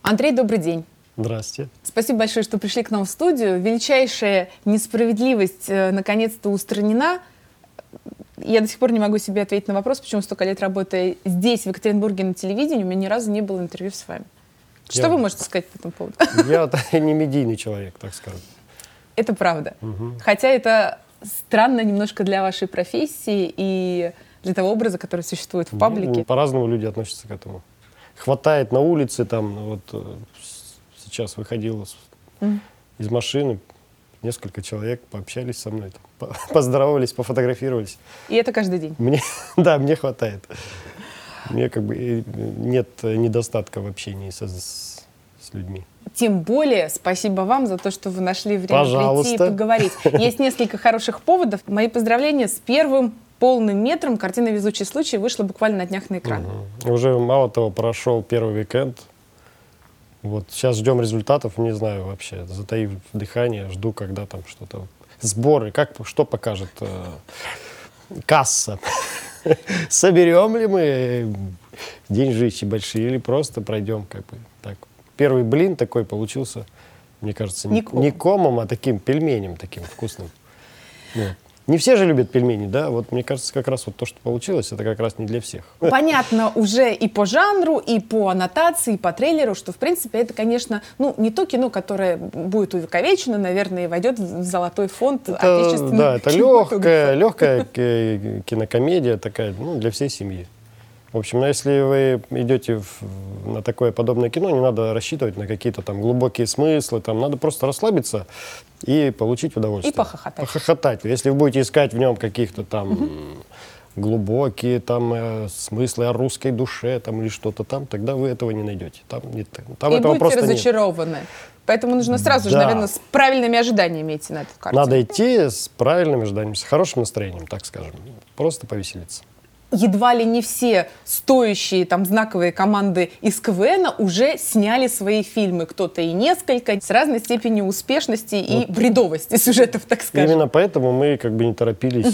Андрей, добрый день. Здравствуйте. Спасибо большое, что пришли к нам в студию. Величайшая несправедливость наконец-то устранена. Я до сих пор не могу себе ответить на вопрос, почему столько лет работая здесь, в Екатеринбурге, на телевидении, у меня ни разу не было интервью с вами. Что вы можете сказать по этому поводу? Я не медийный человек, так скажем. Это правда. Хотя это странно немножко для вашей профессии и для того образа, который существует в паблике. По-разному люди относятся к этому. Хватает на улице, там, вот сейчас выходил из машины, несколько человек пообщались со мной, там, поздоровались, пофотографировались. И это каждый день? Да, мне хватает. Мне как бы нет недостатка в общении с людьми. Тем более, спасибо вам за то, что вы нашли время прийти и поговорить. Есть несколько хороших поводов. Мои поздравления с первым полным метром. Картина «Везучий случай» вышла буквально на днях на экран. Уже, мало того, прошел первый уикенд. Вот сейчас ждем результатов, не знаю вообще, затаив дыхание, жду, когда там что-то, сборы, что покажет касса. Соберем ли мы деньжищи большие или просто пройдем как бы так. Первый блин такой получился, мне кажется, не комом, а таким пельменем, таким вкусным. Вот. Не все же любят пельмени, да? Вот мне кажется, как раз вот то, что получилось, это как раз не для всех. Понятно уже и по жанру, и по аннотации, и по трейлеру, что, в принципе, это, конечно, не то кино, которое будет увековечено, наверное, и войдет в золотой фонд отечественного. Да, это легкая кинокомедия такая, для всей семьи. В общем, если вы идете на такое подобное кино, не надо рассчитывать на какие-то там глубокие смыслы, там надо просто расслабиться и получить удовольствие. И похохотать. Похохотать. Если вы будете искать в нем каких-то там глубокие там смыслы о русской душе там, или что-то там, тогда вы этого не найдете. Там и этого будете разочарованы. Нет. Поэтому нужно сразу же, наверное, с правильными ожиданиями идти на эту картину. Надо идти с правильными ожиданиями, с хорошим настроением, так скажем. Просто повеселиться. Едва ли не все стоящие там знаковые команды из КВН уже сняли свои фильмы. Кто-то и несколько, с разной степенью успешности и бредовости сюжетов, так скажем. Именно поэтому мы как бы не торопились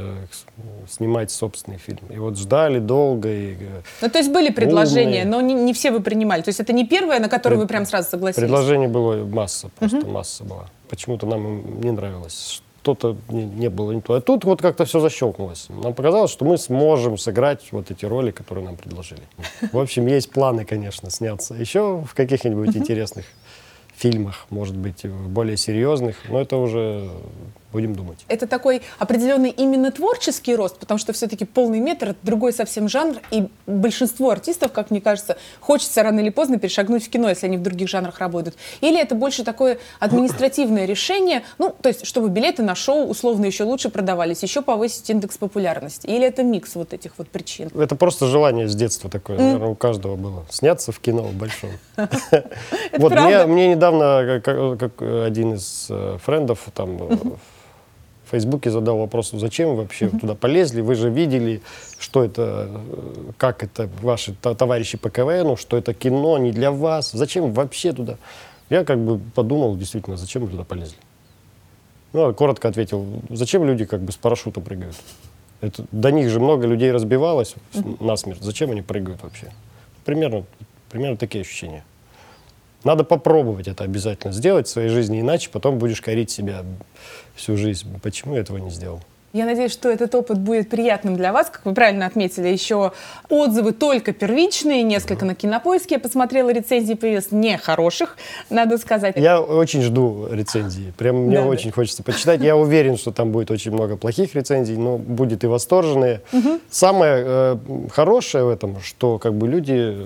снимать собственный фильм. И вот ждали долго. То есть были предложения, но не все вы принимали. То есть это не первое, на которое вы прям сразу согласились? Предложений было масса, просто масса была. Почему-то нам не нравилось. Что-то не было не то. А тут вот как-то все защелкнулось. Нам показалось, что мы сможем сыграть вот эти роли, которые нам предложили. В общем, есть планы, конечно, сняться еще в каких-нибудь интересных фильмах, может быть, более серьезных, но это уже будем думать. Это такой определенный именно творческий рост, потому что все-таки полный метр — это другой совсем жанр, и большинству артистов, как мне кажется, хочется рано или поздно перешагнуть в кино, если они в других жанрах работают. Или это больше такое административное решение, то есть чтобы билеты на шоу условно еще лучше продавались, еще повысить индекс популярности. Или это микс вот этих вот причин? Это просто желание с детства такое, наверное, у каждого было. Сняться в кино большом. Вот мне недавно как один из френдов там в Фейсбуке задал вопрос, зачем вы вообще туда полезли, вы же видели, что это, как это ваши товарищи по КВНу, что это кино не для вас, зачем вообще туда? Я как бы подумал, действительно, зачем мы туда полезли? Коротко ответил, зачем люди как бы с парашюта прыгают? До них же много людей разбивалось насмерть, зачем они прыгают вообще? Примерно такие ощущения. Надо попробовать это обязательно сделать в своей жизни, иначе потом будешь корить себя всю жизнь. Почему я этого не сделал? Я надеюсь, что этот опыт будет приятным для вас. Как вы правильно отметили, еще отзывы только первичные, несколько на Кинопоиске. Я посмотрела рецензии, появилось нехороших, надо сказать. Я очень жду рецензии. Прям мне очень хочется почитать. Я уверен, что там будет очень много плохих рецензий, но будет и восторженные. Самое хорошее в этом, что как бы люди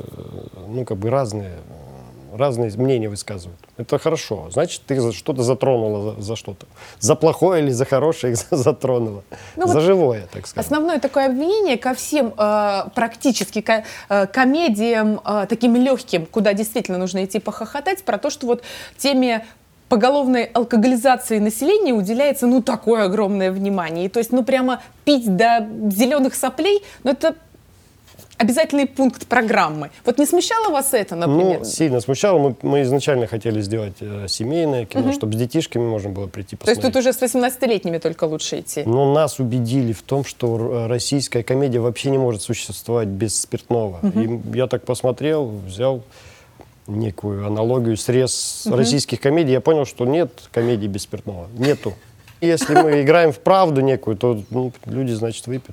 разные мнения высказывают. Это хорошо. Значит, ты что-то затронула за что-то. За плохое или за хорошее их затронула. За живое, так сказать. Основное такое обвинение ко всем практически комедиям таким легким, куда действительно нужно идти похохотать, про то, что вот теме поголовной алкоголизации населения уделяется такое огромное внимание. И то есть прямо пить до зеленых соплей, это обязательный пункт программы. Вот не смущало вас это, например? Сильно смущало. Мы изначально хотели сделать семейное кино, чтобы с детишками можно было прийти посмотреть. То есть тут уже с 18-летними только лучше идти? Но нас убедили в том, что российская комедия вообще не может существовать без спиртного. И я так посмотрел, взял некую аналогию, срез российских комедий. Я понял, что нет комедий без спиртного. Нету. Если мы играем в правду некую, то люди, значит, выпьют.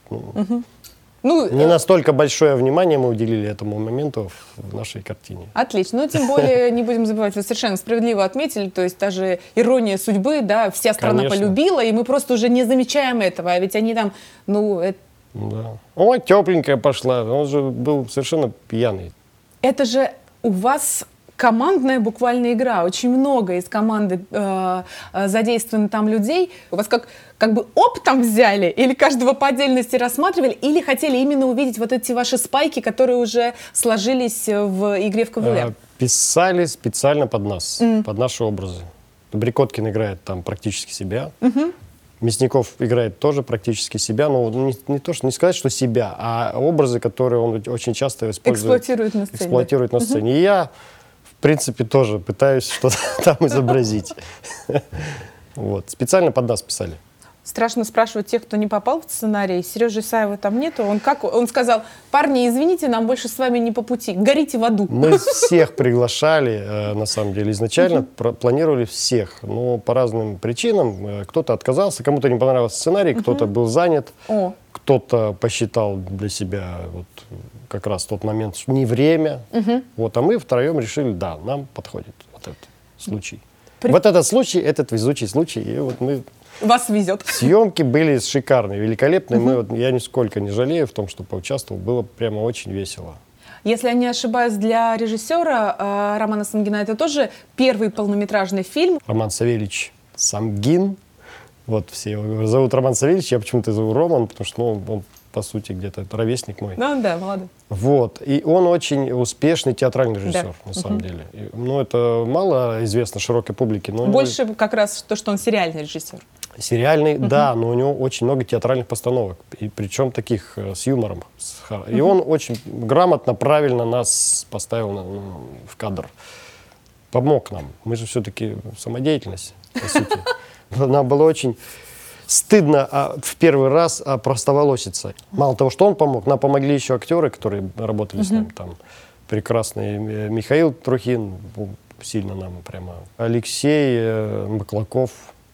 Не настолько большое внимание мы уделили этому моменту в нашей картине. Отлично. Но тем более, не будем забывать, вы совершенно справедливо отметили, то есть даже ирония судьбы, да, вся страна полюбила, и мы просто уже не замечаем этого, а ведь они там, Да. Ой, тепленькая пошла, он же был совершенно пьяный. Это же у вас командная буквально игра. Очень много из команды задействовано там людей. У вас как бы оптом взяли, или каждого по отдельности рассматривали, или хотели именно увидеть вот эти ваши спайки, которые уже сложились в игре в КВЛ? Писали специально под нас, под наши образы. Брикоткин играет там практически себя. Мясников играет тоже практически себя, но не сказать, что себя, а образы, которые он очень часто использует. Эксплуатирует на сцене. И я, в принципе, тоже пытаюсь что-то там изобразить. Вот. Специально под нас писали. Страшно спрашивать тех, кто не попал в сценарий. Сережи Исаева там нету. Он сказал: парни, извините, нам больше с вами не по пути. Горите в аду. Мы всех приглашали, на самом деле. Изначально планировали всех. Но по разным причинам. Кто-то отказался, кому-то не понравился сценарий, кто-то был занят. Кто-то посчитал для себя вот как раз тот момент не время. Вот, а мы втроем решили, да, нам подходит вот этот случай. Вот этот случай, этот везучий случай. И вот мы... Вас везет. Съемки были шикарные, великолепные. Я нисколько не жалею в том, что поучаствовал. Было прямо очень весело. Если я не ошибаюсь, для режиссера Романа Самгина это тоже первый полнометражный фильм. Роман Савельевич Самгин. Вот все его зовут Роман Савельевич, я почему-то зову Роман, потому что он по сути, где-то ровесник мой. Ну да, молодой. Вот. И он очень успешный театральный режиссер, на самом деле. Это мало известно широкой публике. Но больше как раз то, что он сериальный режиссер. Сериальный, да, но у него очень много театральных постановок. И причем таких с юмором. И он очень грамотно, правильно нас поставил в кадр. Помог нам. Мы же все-таки самодеятельность, по сути. Нам было очень... стыдно в первый раз опростоволоситься. Мало того, что он помог, нам помогли еще актеры, которые работали с нами. Там прекрасный Михаил Трухин, сильно нам прямо. Алексей Маклаков.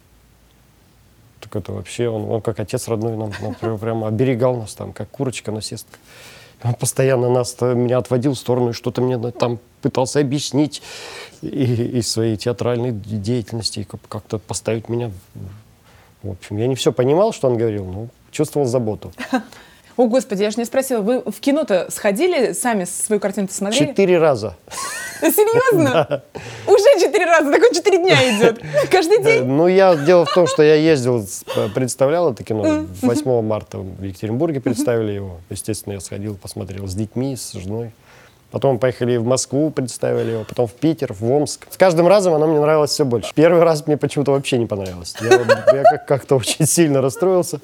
Так это вообще, он как отец родной нам прямо оберегал нас там, как курочка насестка. Он постоянно меня отводил в сторону и что-то мне там пытался объяснить из своей театральной деятельности, как-то поставить меня... В общем, я не все понимал, что он говорил, но чувствовал заботу. О, Господи, я же не спросила, вы в кино-то сходили, сами свою картину-то смотрели? 4 раза. Серьезно? Да. Уже 4 раза, так он 4 дня идет. Каждый день? Дело в том, что я ездил, представлял это кино. 8 марта в Екатеринбурге представили его. Естественно, я сходил, посмотрел с детьми, с женой. Потом поехали в Москву, представили его, потом в Питер, в Омск. С каждым разом оно мне нравилось все больше. Первый раз мне почему-то вообще не понравилось. Я как-то очень сильно расстроился.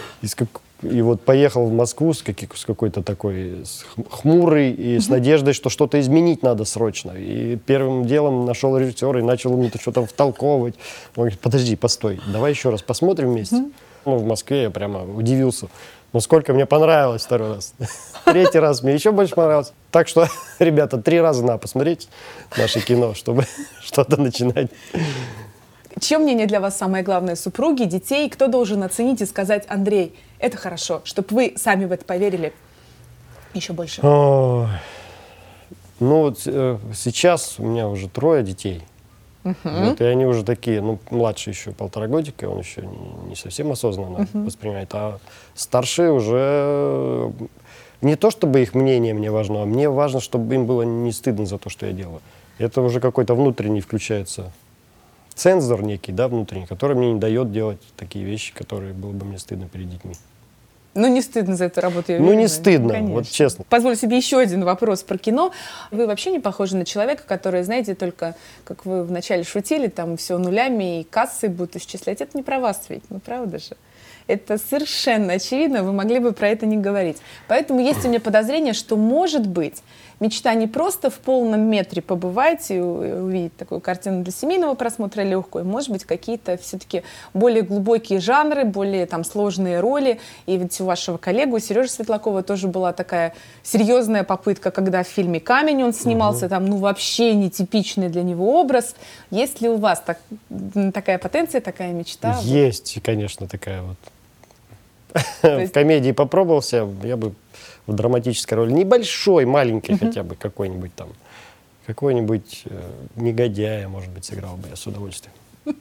И вот поехал в Москву с какой-то такой хмурый и с надеждой, что что-то изменить надо срочно. И первым делом нашел режиссера и начал ему что-то втолковывать. Он говорит: подожди, постой, давай еще раз посмотрим вместе. В Москве я прямо удивился. Сколько мне понравилось второй раз. 3-й раз мне еще больше понравилось. Так что, ребята, 3 раза надо посмотреть наше кино, чтобы что-то начинать. Чье мнение для вас самое главное? Супруги, детей? Кто должен оценить и сказать: Андрей, это хорошо, чтобы вы сами в это поверили еще больше? Сейчас у меня уже 3 детей. И они уже такие, младший еще 1,5 годика, он еще не совсем осознанно воспринимает, а старшие уже не то, чтобы их мнение мне важно, а мне важно, чтобы им было не стыдно за то, что я делаю. Это уже какой-то внутренний включается цензор некий, да, внутренний, который мне не дает делать такие вещи, которые было бы мне стыдно перед детьми. Не стыдно за эту работу, я уверена. Не стыдно, конечно. Вот честно. Позволю себе еще один вопрос про кино. Вы вообще не похожи на человека, который, знаете, только, как вы вначале шутили, там все нулями и кассы будут исчислять. Это не про вас ведь, правда же? Это совершенно очевидно, вы могли бы про это не говорить. Поэтому есть у меня подозрение, что, может быть, мечта не просто в полном метре побывать и увидеть такую картину для семейного просмотра легкую, может быть, какие-то все-таки более глубокие жанры, более там сложные роли. И ведь у вашего коллегу Сережи Светлакова тоже была такая серьезная попытка, когда в фильме «Камень» он снимался, там, ну, вообще нетипичный для него образ. Есть ли у вас такая потенция, такая мечта? Есть, конечно, такая вот. В комедии попробовался, я бы в драматической роли, небольшой, маленькой хотя бы, какой-нибудь негодяя, может быть, сыграл бы я с удовольствием.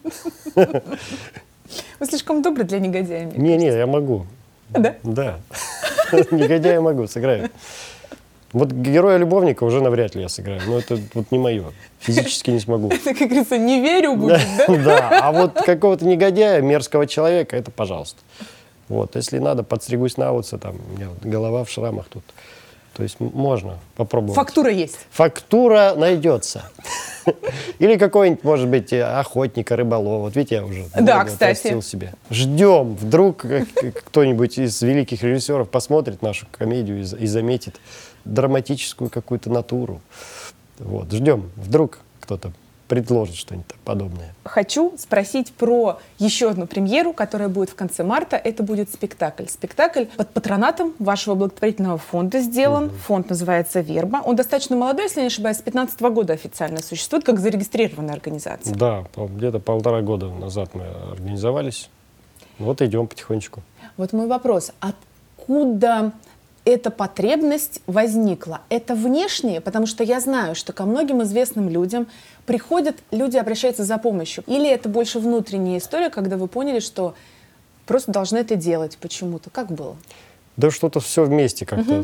Вы слишком добры для негодяя. Не, я могу. Да? Да. Негодяя могу, сыграю. Вот героя-любовника уже навряд ли я сыграю, но это вот не мое, физически не смогу. Это, как говорится, не верю будет, да? Да, а вот какого-то негодяя, мерзкого человека, это пожалуйста. Вот, если надо, подстригусь на лысо, там, у меня вот голова в шрамах тут. То есть можно попробовать. Фактура есть. Фактура найдется. Или какой-нибудь, может быть, охотника, рыболова. Вот видите, я уже отрастил себе. Ждем, вдруг кто-нибудь из великих режиссеров посмотрит нашу комедию и заметит драматическую какую-то натуру. Вот, ждем, вдруг кто-то предложит что-нибудь подобное. Хочу спросить про еще одну премьеру, которая будет в конце марта. Это будет спектакль. Спектакль под патронатом вашего благотворительного фонда сделан. Фонд называется «Верба». Он достаточно молодой, если не ошибаюсь, с 2015 года официально существует, как зарегистрированная организация. Да, где-то 1,5 года назад мы организовались. Вот идем потихонечку. Вот мой вопрос. Откуда эта потребность возникла? Это внешнее, потому что я знаю, что ко многим известным людям приходят, люди обращаются за помощью. Или это больше внутренняя история, когда вы поняли, что просто должны это делать почему-то? Как было? Да что-то все вместе как-то.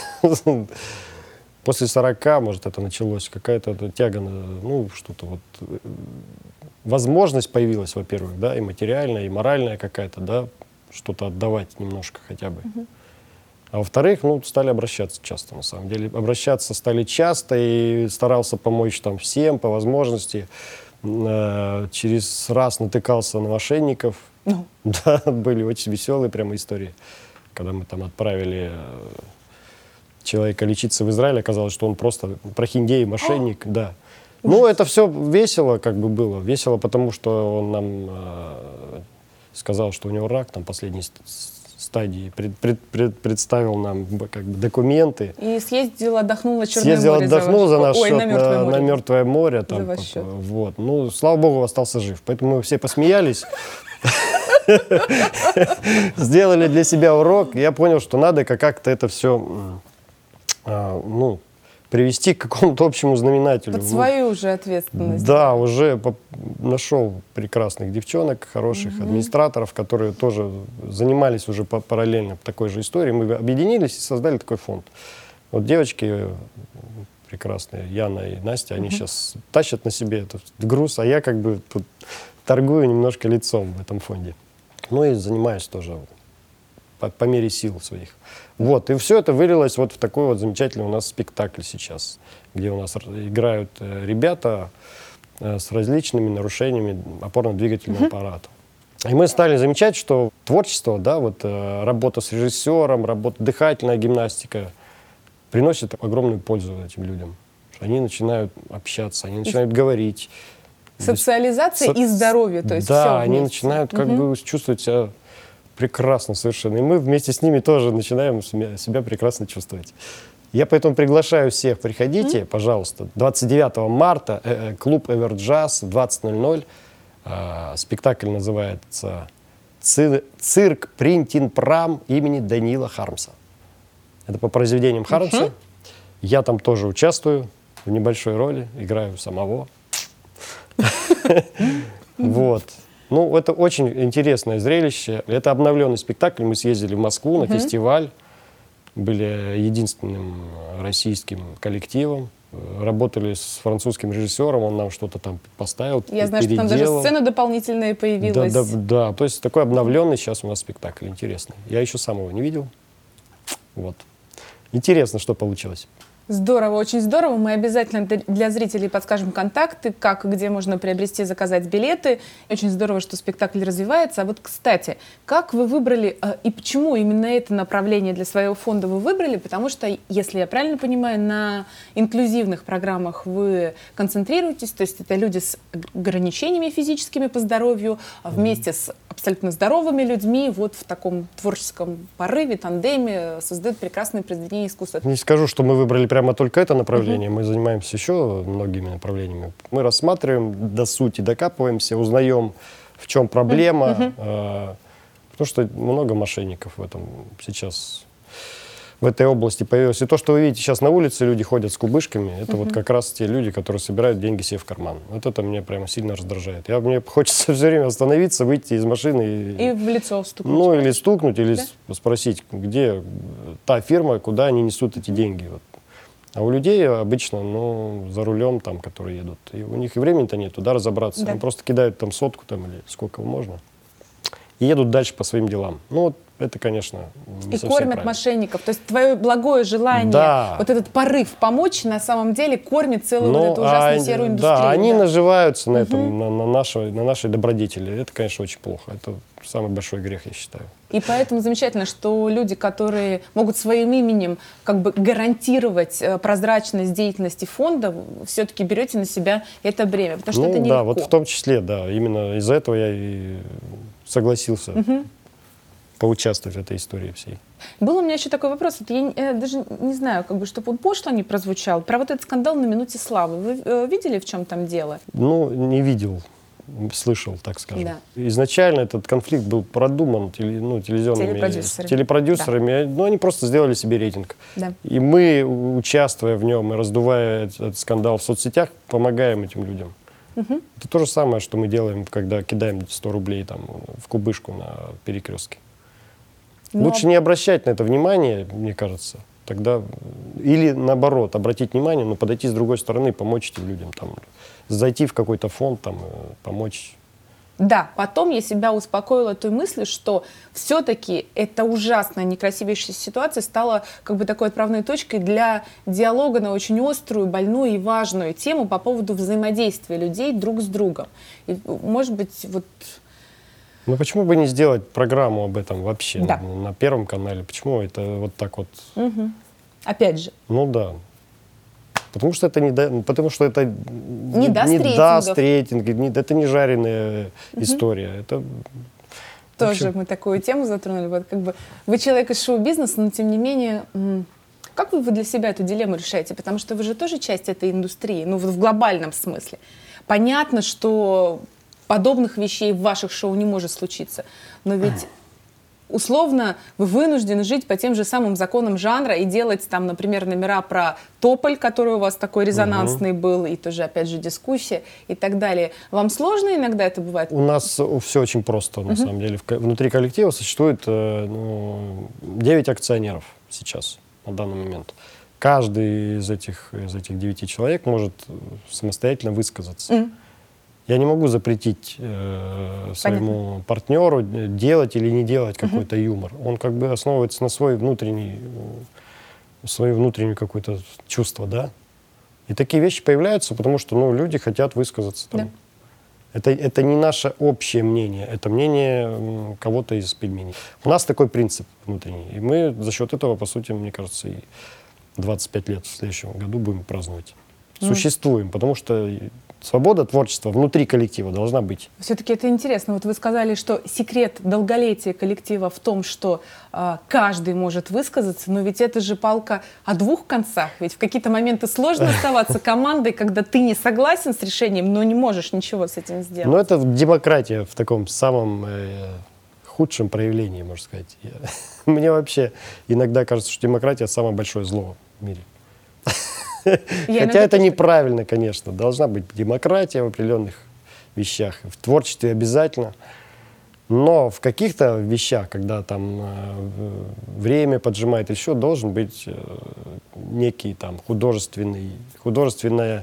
После 40, может, это началось, какая-то тяга, ну, что-то вот. Возможность появилась, во-первых, да, и материальная, и моральная какая-то, да, что-то отдавать немножко хотя бы. А во-вторых, ну, стали обращаться часто, на самом деле. Обращаться стали часто, и старался помочь там всем по возможности. Через раз натыкался на мошенников. Да, были очень веселые прямо истории. Когда мы там отправили человека лечиться в Израиль, оказалось, что он просто прохиндей, мошенник, да. Ну, это все весело как бы было. Весело, потому что он нам сказал, что у него рак, там последний стадии, представил нам как бы документы. И съездил, отдохнул на Черное море. Отдохнул за наш счет на Мертвое море. Там, вот. Ну, слава богу, остался жив. Поэтому мы все посмеялись. Сделали для себя урок. Я понял, что надо как-то это все привести к какому-то общему знаменателю. Под свою уже ответственность. Да, уже нашел прекрасных девчонок, хороших администраторов, которые тоже занимались уже параллельно такой же историей. Мы объединились и создали такой фонд. Вот девочки прекрасные, Яна и Настя, они сейчас тащат на себе этот груз, а я как бы тут торгую немножко лицом в этом фонде. Ну и занимаюсь тоже по мере сил своих. Вот, и все это вылилось вот в такой вот замечательный у нас спектакль сейчас, где у нас играют ребята с различными нарушениями опорно-двигательного аппарата. И мы стали замечать, что творчество, да, вот работа с режиссером, работа, дыхательная гимнастика приносит огромную пользу этим людям. Они начинают общаться, они начинают говорить. Социализация и здоровье, то есть да, все они начинают как бы чувствовать себя прекрасно совершенно. И мы вместе с ними тоже начинаем себя прекрасно чувствовать. Я поэтому приглашаю всех, приходите, пожалуйста. 29 марта, клуб «Эверджаз», 20:00. Спектакль называется «Цирк Принтин-Прам» имени Даниила Хармса. Это по произведениям Хармса. Я там тоже участвую в небольшой роли, играю самого. Вот. Ну, это очень интересное зрелище. Это обновленный спектакль. Мы съездили в Москву на фестиваль. Были единственным российским коллективом. Работали с французским режиссером. Он нам что-то там поставил, Я знаю, что там даже сцена дополнительная появилась. Да. То есть такой обновленный сейчас у нас спектакль. Интересный. Я еще сам его не видел. Вот. Интересно, что получилось. Здорово, очень здорово. Мы обязательно для зрителей подскажем контакты, как и где можно приобрести, заказать билеты. Очень здорово, что спектакль развивается. А вот, кстати, как вы выбрали и почему именно это направление для своего фонда вы выбрали? Потому что, если я правильно понимаю, на инклюзивных программах вы концентрируетесь, то есть это люди с ограничениями физическими по здоровью, вместе с абсолютно здоровыми людьми, вот в таком творческом порыве, тандеме создают прекрасные произведения искусства. Не скажу, что мы выбрали прямо только это направление, мы занимаемся еще многими направлениями. Мы рассматриваем до сути, докапываемся, узнаем, в чем проблема, потому что много мошенников в этом сейчас, в этой области появилось. И то, что вы видите сейчас на улице, люди ходят с кубышками, это вот как раз те люди, которые собирают деньги себе в карман. Вот это меня прямо сильно раздражает. Мне хочется все время остановиться, выйти из машины и в лицо стукнуть. Ну, или стукнуть, или спросить, где та фирма, куда они несут эти деньги. Вот. А у людей обычно, ну, за рулем, там, которые едут, и у них и времени-то нет туда разобраться. Они просто кидают там сотку там, или сколько можно, и едут дальше по своим делам. Ну, вот это, конечно, не совсем кормят правильно. Мошенников. То есть твое благое желание, вот этот порыв помочь, на самом деле кормит целую вот эту ужасную серую индустрию. Да, они наживаются на этом, на нашей добродетели. Это, конечно, очень плохо. Это самый большой грех, я считаю. И поэтому замечательно, что люди, которые могут своим именем как бы гарантировать прозрачность деятельности фонда, все-таки берете на себя это бремя, потому что это нелегко. Да, вот в том числе, да. Именно из-за этого я и согласился поучаствовать в этой истории всей. Был у меня еще такой вопрос. Вот я даже не знаю, как бы, чтобы он пошло не прозвучал. Про вот этот скандал на «Минуте славы». Вы видели, в чем там дело? Ну, не видел. Слышал, так скажем. Да. Изначально этот конфликт был продуман телепродюсерами, да. Но они просто сделали себе рейтинг. Да. И мы, участвуя в нем и раздувая этот скандал в соцсетях, помогаем этим людям. Это то же самое, что мы делаем, когда кидаем 100 рублей там, в кубышку на перекрестке. Лучше не обращать на это внимание, мне кажется. Тогда, или наоборот, обратить внимание, но подойти с другой стороны, помочь этим людям. Там, зайти в какой-то фонд, там, помочь. Да, потом я себя успокоила той мыслью, что все-таки эта ужасная, некрасивейшая ситуация стала как бы такой отправной точкой для диалога на очень острую, больную и важную тему по поводу взаимодействия людей друг с другом. И, может быть, вот... Ну почему бы не сделать программу об этом вообще да. на Первом канале? Почему это вот так вот? Опять же. Ну да. Потому что это не даст рейтинг, это не жареная история. Это, тоже мы такую тему затронули. Вот как бы вы человек из шоу-бизнеса, но тем не менее, как вы для себя эту дилемму решаете? Потому что вы же тоже часть этой индустрии, ну в глобальном смысле. Понятно, что подобных вещей в ваших шоу не может случиться, но ведь условно вы вынуждены жить по тем же самым законам жанра и делать там, например, номера про Тополь, который у вас такой резонансный был, и тоже, опять же, дискуссия и так далее. Вам сложно иногда это бывает? У нас все очень просто, на самом деле. Внутри коллектива существует 9 акционеров сейчас, на данный момент. Каждый из этих 9 человек может самостоятельно высказаться. Я не могу запретить своему партнеру делать или не делать какой-то юмор. Он как бы основывается на свое внутреннее какое-то чувство, да. И такие вещи появляются, потому что люди хотят высказаться. Там. Да. Это не наше общее мнение, это мнение кого-то из пельменей. У нас такой принцип внутренний. И мы за счет этого, по сути, мне кажется, и 25 лет в следующем году будем праздновать. Существуем, потому что свобода творчества внутри коллектива должна быть. Все-таки это интересно. Вот вы сказали, что секрет долголетия коллектива в том, что каждый может высказаться, но ведь это же палка о двух концах. Ведь в какие-то моменты сложно оставаться командой, когда ты не согласен с решением, но не можешь ничего с этим сделать. Ну, это демократия в таком самом худшем проявлении, можно сказать. Мне вообще иногда кажется, что демократия — самое большое зло в мире. Хотя это неправильно, конечно. Должна быть демократия в определенных вещах. В творчестве обязательно. Но в каких-то вещах, когда там время поджимает, еще должен быть некий там художественная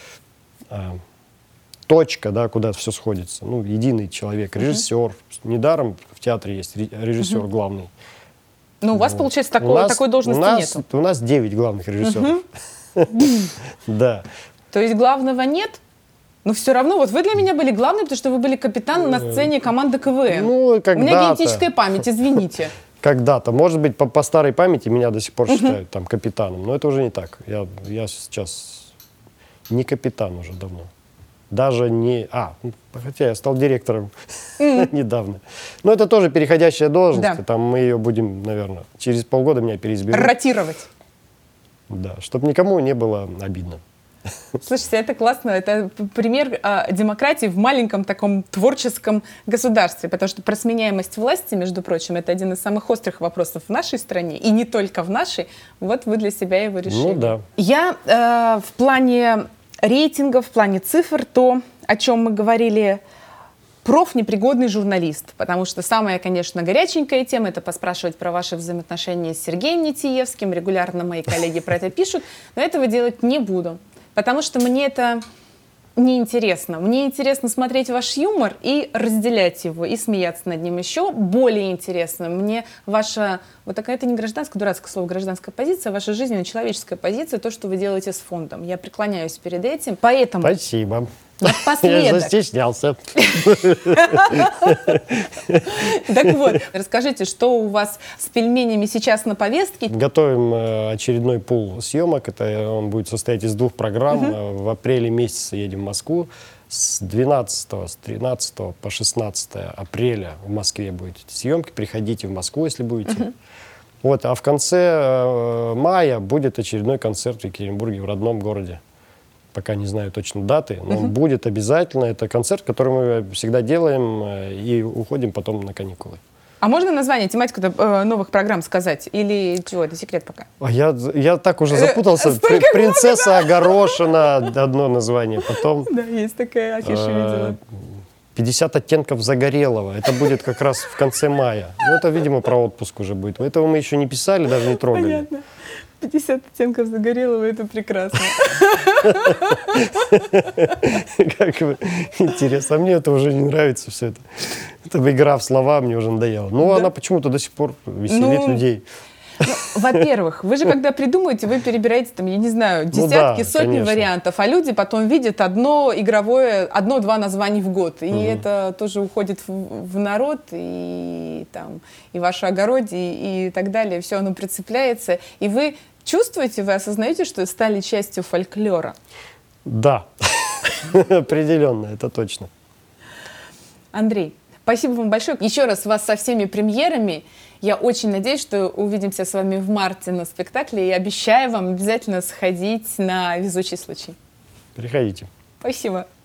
точка, да, куда все сходится. Единый человек, режиссер. Недаром в театре есть режиссер главный. Но у вас, получается, такой должности нету. У нас 9 главных режиссеров. Да. То есть главного нет? Но все равно, вот вы для меня были главным, потому что вы были капитаном на сцене команды КВН. Ну, когда-то. У меня генетическая память, извините. Когда-то. Может быть, по старой памяти меня до сих пор считают там капитаном, но это уже не так. Я сейчас не капитан уже давно. Даже не... хотя я стал директором недавно. Но это тоже переходящая должность. Там мы ее будем, наверное, через полгода меня переизберут. Ротировать. Да, чтобы никому не было обидно. Слушайте, это классно. Это пример демократии в маленьком таком творческом государстве. Потому что про сменяемость власти, между прочим, это один из самых острых вопросов в нашей стране. И не только в нашей. Вот вы для себя его решили. Ну да. Я в плане рейтингов, в плане цифр, то, о чем мы говорили, профнепригодный журналист. Потому что самая, конечно, горяченькая тема — это поспрашивать про ваши взаимоотношения с Сергеем Нетиевским. Регулярно мои коллеги про это пишут. Но этого делать не буду. Потому что мне это неинтересно. Мне интересно смотреть ваш юмор и разделять его, и смеяться над ним. Еще более интересно мне ваша, вот такая, это не гражданская, дурацкое слово, гражданская позиция, ваша жизненная человеческая позиция, то, что вы делаете с фондом. Я преклоняюсь перед этим. Поэтому... Спасибо. Напоследок. Я застеснялся. Так вот, расскажите, что у вас с пельменями сейчас на повестке? Готовим очередной пул съемок. Это он будет состоять из 2 программ. В апреле месяце едем в Москву. С 13 по 16 апреля в Москве будут эти съемки. Приходите в Москву, если будете. Вот, а в конце мая будет очередной концерт в Екатеринбурге, в родном городе. Пока не знаю точно даты, но он будет обязательно. Это концерт, который мы всегда делаем и уходим потом на каникулы. А можно название, тематику новых программ сказать? Или чего, это секрет пока? Я так уже запутался. «Принцесса Огорошина» одно название, потом... Да, есть такая афиша, видела. 50 оттенков загорелого. Это будет как раз в конце мая. Ну, это, видимо, про отпуск уже будет. Этого мы еще не писали, даже не трогали. Понятно. 50 оттенков загорелого, это прекрасно. Как бы интересно. А мне это уже не нравится все это. Это игра в слова мне уже надоела. Но она почему-то до сих пор веселит людей. Во-первых, вы же когда придумаете, вы перебираете там, я не знаю, десятки, сотни вариантов, а люди потом видят одно-два названия в год. И это тоже уходит в народ, и там, и ваше огородие, и так далее. Все оно прицепляется. И вы чувствуете, вы осознаете, что стали частью фольклора? Да, определенно, это точно. Андрей, спасибо вам большое. Еще раз вас со всеми премьерами. Я очень надеюсь, что увидимся с вами в марте на спектакле. И обещаю вам обязательно сходить на «Везучий случай». Приходите. Спасибо.